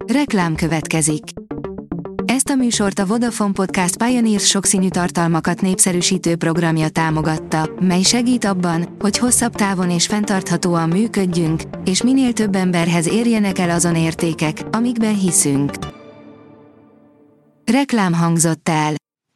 Reklám következik. Ezt a műsort a Vodafone Podcast Pioneers sokszínű tartalmakat népszerűsítő programja támogatta, mely segít abban, hogy hosszabb távon és fenntarthatóan működjünk, és minél több emberhez érjenek el azon értékek, amikben hiszünk. Reklám hangzott el.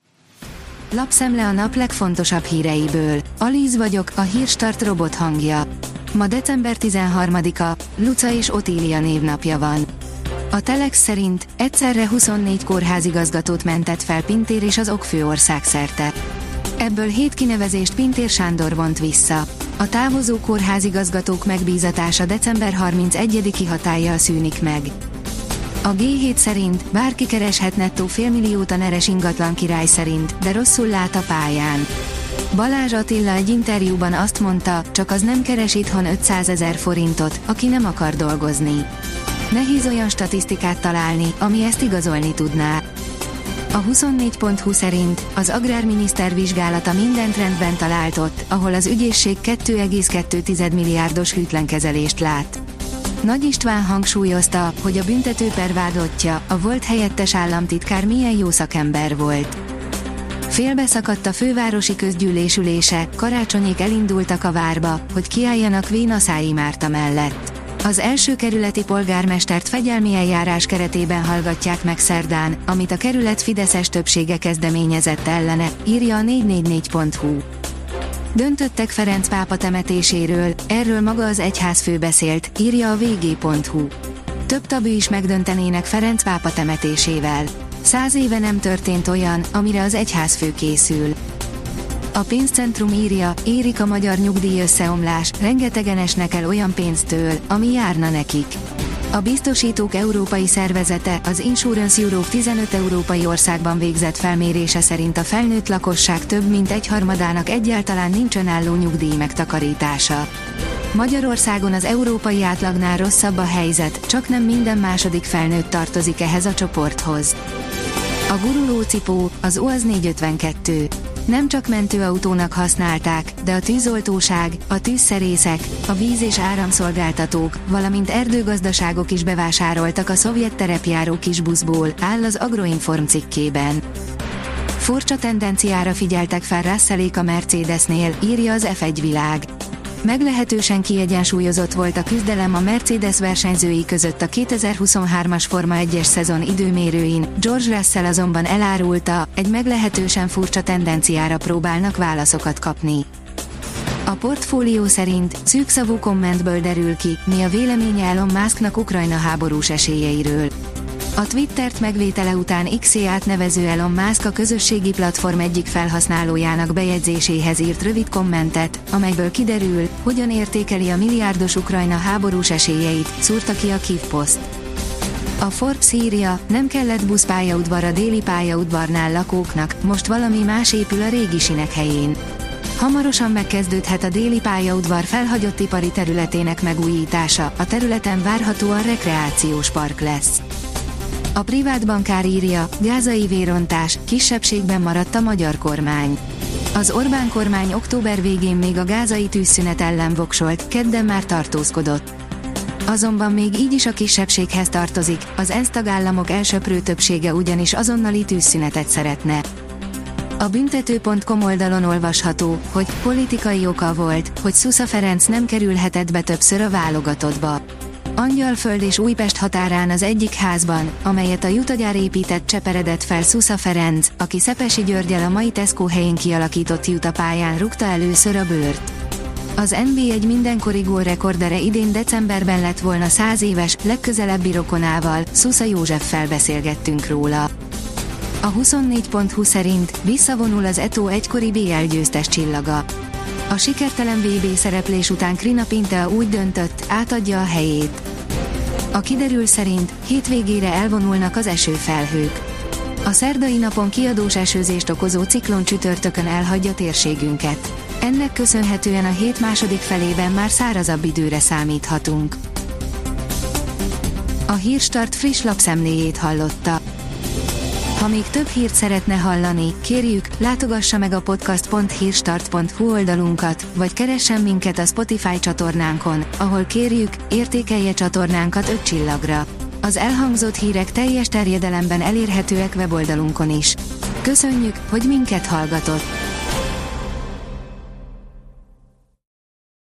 Lapszemle a nap legfontosabb híreiből. Alíz vagyok, a Hírstart robot hangja. Ma december 13-a, Luca és Otília névnapja van. A Telex szerint egyszerre 24 kórházigazgatót mentett fel Pintér és az Okfő országszerte. Ebből 7 kinevezést Pintér Sándor vont vissza. A távozó kórházigazgatók megbízatása december 31-i hatállyal szűnik meg. A G7 szerint bárki kereshet nettó félmilliót a neres ingatlan király szerint, de rosszul lát a pályán. Balázs Attila egy interjúban azt mondta, csak az nem keres itthon 500 000 forintot, aki nem akar dolgozni. Nehéz olyan statisztikát találni, ami ezt igazolni tudná. A 24.hu szerint az agrárminiszter vizsgálata mindent rendben talált ott, ahol az ügyészség 2,2 milliárdos hűtlenkezelést lát. Nagy István hangsúlyozta, hogy a büntetőper vádlottja, a volt helyettes államtitkár milyen jó szakember volt. Félbeszakadt a fővárosi közgyűlés ülése, Karácsonyék elindultak a várba, hogy kiálljanak Vénaszáji Márta mellett. Az első kerületi polgármestert fegyelmi eljárás keretében hallgatják meg szerdán, amit a kerület fideszes többsége kezdeményezett ellene, írja a 444.hu. Döntöttek Ferenc pápa temetéséről, erről maga az egyházfő beszélt, írja a vg.hu. Több tabu is megdöntenének Ferenc pápa temetésével. 100 éve nem történt olyan, amire az egyházfő készül. A pénzcentrum írja, érik a magyar nyugdíj összeomlás, rengetegen esnek el olyan pénztől, ami járna nekik. A biztosítók európai szervezete, az Insurance Europe 15 európai országban végzett felmérése szerint a felnőtt lakosság több mint egyharmadának egyáltalán nincs önálló nyugdíj megtakarítása. Magyarországon az európai átlagnál rosszabb a helyzet, csaknem minden második felnőtt tartozik ehhez a csoporthoz. A guruló cipó, az UAZ 452. Nem csak mentőautónak használták, de a tűzoltóság, a tűzszerészek, a víz- és áramszolgáltatók, valamint erdőgazdaságok is bevásároltak a szovjet terepjáró kisbuszból, áll az Agroinform cikkében. Furcsa tendenciára figyeltek fel Russellék a Mercedesnél, írja az F1 világ. Meglehetősen kiegyensúlyozott volt a küzdelem a Mercedes versenyzői között a 2023-as Forma 1-es szezon időmérőin, George Russell azonban elárulta, egy meglehetősen furcsa tendenciára próbálnak válaszokat kapni. A Portfólió szerint szűkszavú kommentből derül ki, mi a véleménye Elon Musknak Ukrajna háborús esélyeiről. A Twittert megvétele után X-é átnevező Elon Musk a közösségi platform egyik felhasználójának bejegyzéséhez írt rövid kommentet, amelyből kiderül, hogyan értékeli a milliárdos Ukrajna háborús esélyeit, szúrta ki a Kyiv Post. A Forbes írja, nem kellett buszpályaudvar a déli pályaudvarnál lakóknak, most valami más épül a régi sinek helyén. Hamarosan megkezdődhet a déli pályaudvar felhagyott ipari területének megújítása, a területen várhatóan rekreációs park lesz. A privát bankár írja, gázai vérontás, kisebbségben maradt a magyar kormány. Az Orbán kormány október végén még a gázai tűzszünet ellen voksolt, kedden már tartózkodott. Azonban még így is a kisebbséghez tartozik, az ENSZ tagállamok elsöprő többsége ugyanis azonnali tűzszünetet szeretne. A büntető.com oldalon olvasható, hogy politikai oka volt, hogy Szusza Ferenc nem kerülhetett be többször a válogatottba. Angyalföld és Újpest határán az egyik házban, amelyet a jutagyár épített, cseperedett fel Szusza Ferenc, aki Szepesi Györggyel a mai Tesco helyén kialakított jutapályán rúgta először a bőrt. Az NB1 mindenkori gólrekordere idén decemberben lett volna 100 éves, legközelebbi rokonával, Szusza Józseffel beszélgettünk róla. A 24.hu szerint visszavonul az Eto'o egykori BL győztes csillaga. A sikertelen VB szereplés után Krina Pintea úgy döntött, átadja a helyét. A kiderül szerint hétvégére elvonulnak az esőfelhők. A szerdai napon kiadós esőzést okozó ciklon csütörtökön elhagyja térségünket. Ennek köszönhetően a hét második felében már szárazabb időre számíthatunk. A Hírstart friss lapszemléjét hallotta. Ha még több hírt szeretne hallani, kérjük, látogassa meg a podcast.hírstart.hu oldalunkat, vagy keressen minket a Spotify csatornánkon, ahol kérjük, értékelje csatornánkat 5 csillagra. Az elhangzott hírek teljes terjedelemben elérhetőek weboldalunkon is. Köszönjük, hogy minket hallgatott!